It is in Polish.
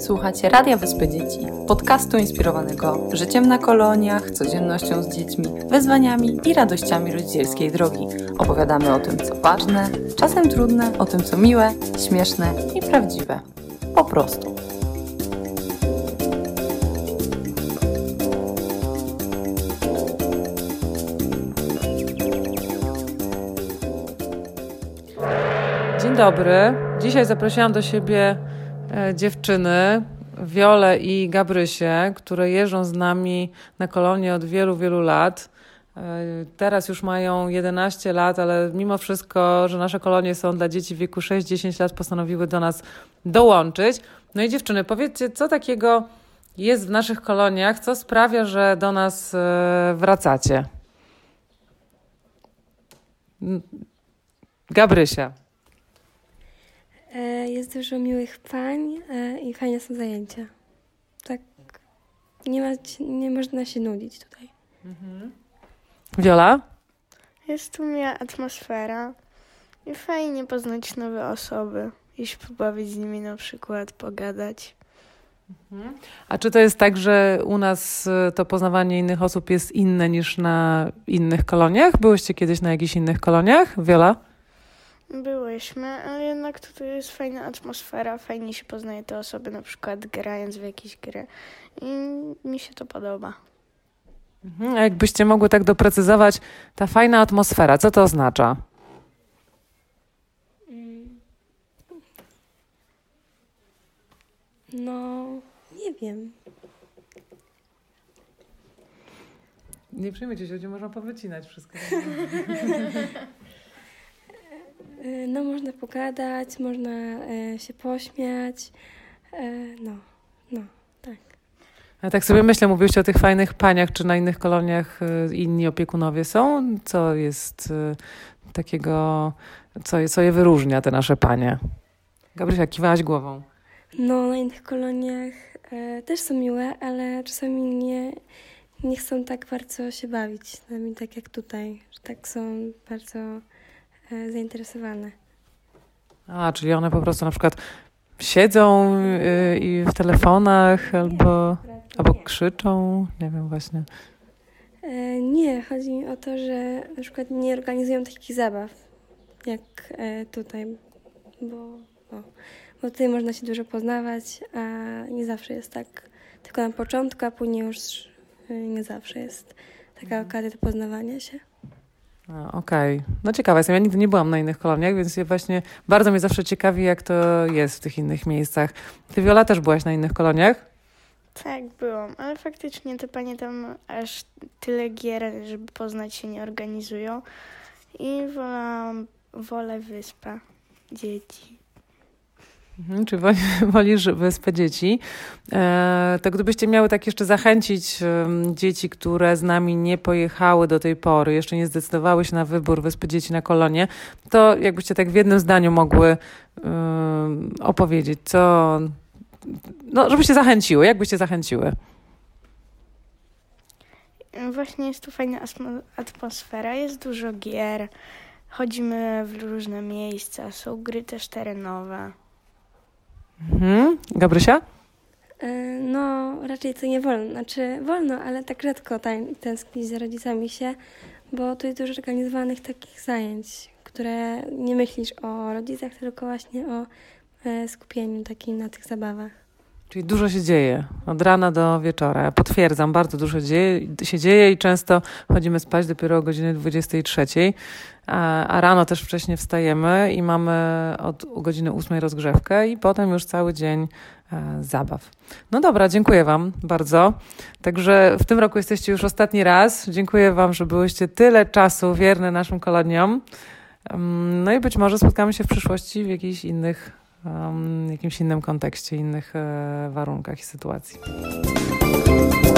Słuchacie Radia Wyspy Dzieci, podcastu inspirowanego życiem na koloniach, codziennością z dziećmi, wyzwaniami i radościami rodzicielskiej drogi. Opowiadamy o tym, co ważne, czasem trudne, o tym, co miłe, śmieszne i prawdziwe. Po prostu. Dzień dobry. Dzisiaj zaprosiłam do siebie dziewczyny, Wiolę i Gabrysię, które jeżdżą z nami na kolonie od wielu, wielu lat. Teraz już mają 11 lat, ale mimo wszystko, że nasze kolonie są dla dzieci w wieku 6-10 lat, postanowiły do nas dołączyć. No i dziewczyny, powiedzcie, co takiego jest w naszych koloniach, co sprawia, że do nas wracacie? Gabrysia. Jest dużo miłych pań i fajne są zajęcia. Tak, nie można się nudzić tutaj. Wiola? Jest tu miła atmosfera i fajnie poznać nowe osoby, iść pobawić z nimi na przykład, pogadać. A czy to jest tak, że u nas to poznawanie innych osób jest inne niż na innych koloniach? Byłyście kiedyś na jakichś innych koloniach? Wiola? Byłyśmy, ale jednak tutaj jest fajna atmosfera, fajnie się poznaje te osoby, na przykład grając w jakieś gry i mi się to podoba. A jakbyście mogły tak doprecyzować, ta fajna atmosfera, co to oznacza? No, nie wiem. Nie przejmujcie się, ludzie można powycinać wszystko. No, można pogadać, można się pośmiać. No, tak. Ja tak sobie myślę, mówiłyście o tych fajnych paniach, czy na innych koloniach inni opiekunowie są? Co jest takiego, co je wyróżnia, te nasze panie? Gabrysia, kiwałaś głową. No, na innych koloniach też są miłe, ale czasami nie chcą tak bardzo się bawić z nami, tak jak tutaj, że tak są bardzo zainteresowane. A, czyli one po prostu na przykład siedzą i w telefonach albo krzyczą, nie wiem właśnie. Nie, chodzi mi o to, że na przykład nie organizują takich zabaw jak tutaj, bo tutaj można się dużo poznawać, a nie zawsze jest tak, tylko na początku, a później już nie zawsze jest taka okazja do poznawania się. Okej. No ciekawa jestem. Ja nigdy nie byłam na innych koloniach, więc właśnie bardzo mnie zawsze ciekawi, jak to jest w tych innych miejscach. Ty, Wiola, też byłaś na innych koloniach? Tak, byłam, ale faktycznie te panie tam aż tyle gier, żeby poznać się, nie organizują i wolę Wyspę Dzieci. Czy wolisz Wyspę Dzieci? To gdybyście miały tak jeszcze zachęcić dzieci, które z nami nie pojechały do tej pory, jeszcze nie zdecydowały się na wybór Wyspy Dzieci na kolonie, to jakbyście tak w jednym zdaniu mogły opowiedzieć, żebyście zachęciły, jak byście zachęciły? Właśnie jest tu fajna atmosfera, jest dużo gier, chodzimy w różne miejsca, są gry też terenowe. Gabrysia? No, raczej to nie wolno. Znaczy wolno, ale tak rzadko tęsknić za rodzicami się, bo tu jest dużo organizowanych takich zajęć, które nie myślisz o rodzicach, tylko właśnie o skupieniu takim na tych zabawach. Czyli dużo się dzieje, od rana do wieczora. Ja potwierdzam, bardzo dużo się dzieje i często chodzimy spać dopiero o godzinie 23:00, a rano też wcześnie wstajemy i mamy od godziny 8:00 rozgrzewkę i potem już cały dzień zabaw. No dobra, dziękuję wam bardzo. Także w tym roku jesteście już ostatni raz. Dziękuję wam, że byłyście tyle czasu wierne naszym koloniom. No i być może spotkamy się w przyszłości w jakimś innym kontekście, innych warunkach i sytuacji.